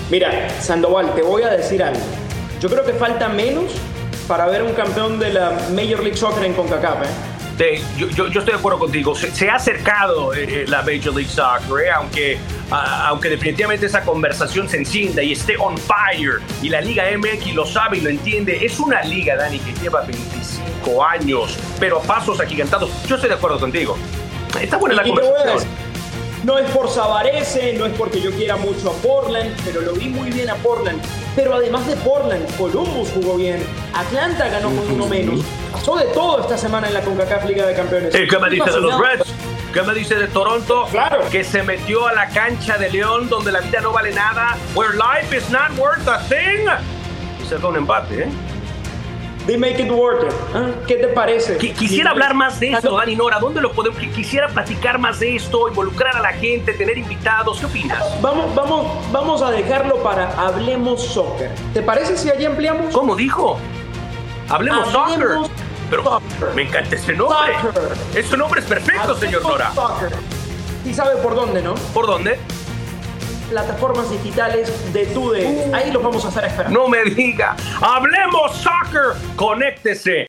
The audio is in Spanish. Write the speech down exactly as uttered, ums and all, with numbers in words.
Mira, Sandoval, te voy a decir algo. Yo creo que falta menos para ver un campeón de la Major League Soccer en CONCACAF, ¿eh? De, yo, yo, yo estoy de acuerdo contigo. Se, se ha acercado eh, la Major League Soccer, eh, aunque, a, aunque definitivamente esa conversación se encienda y esté on fire. Y la Liga M X lo sabe y lo entiende. Es una liga, Dani, que lleva veinticinco años, pero a pasos agigantados. Yo estoy de acuerdo contigo. Está buena la Y conversación. No es por Sabarese, no es porque yo quiera mucho a Portland, pero lo vi muy bien a Portland. Pero además de Portland, Columbus jugó bien, Atlanta ganó con uno menos. Pasó de todo esta semana en la CONCACAF Liga de Campeones. ¿Qué me dice de los Reds? ¿Qué me dice de Toronto? Claro. Que se metió a la cancha de León donde la vida no vale nada. Where life is not worth a thing. Y sacó un empate, ¿eh? They make it worth it. ¿Ah? ¿Qué te parece? Qu- Quisiera hablar más de esto, Dani Nora. ¿Dónde lo podemos? Quisiera platicar más de esto, involucrar a la gente, tener invitados. ¿Qué opinas? Vamos, vamos, vamos a dejarlo para Hablemos Soccer. ¿Te parece si allí ampliamos? ¿Cómo dijo? Hablemos, Hablemos soccer. Pero soccer. me encanta ese nombre. Soccer. Ese nombre es perfecto, señor Nora. Soccer. ¿Y sabe por dónde, no? ¿Por dónde? Plataformas digitales de TUDN. Ahí los vamos a estar esperando. No me diga. Hablemos soccer. Conéctese.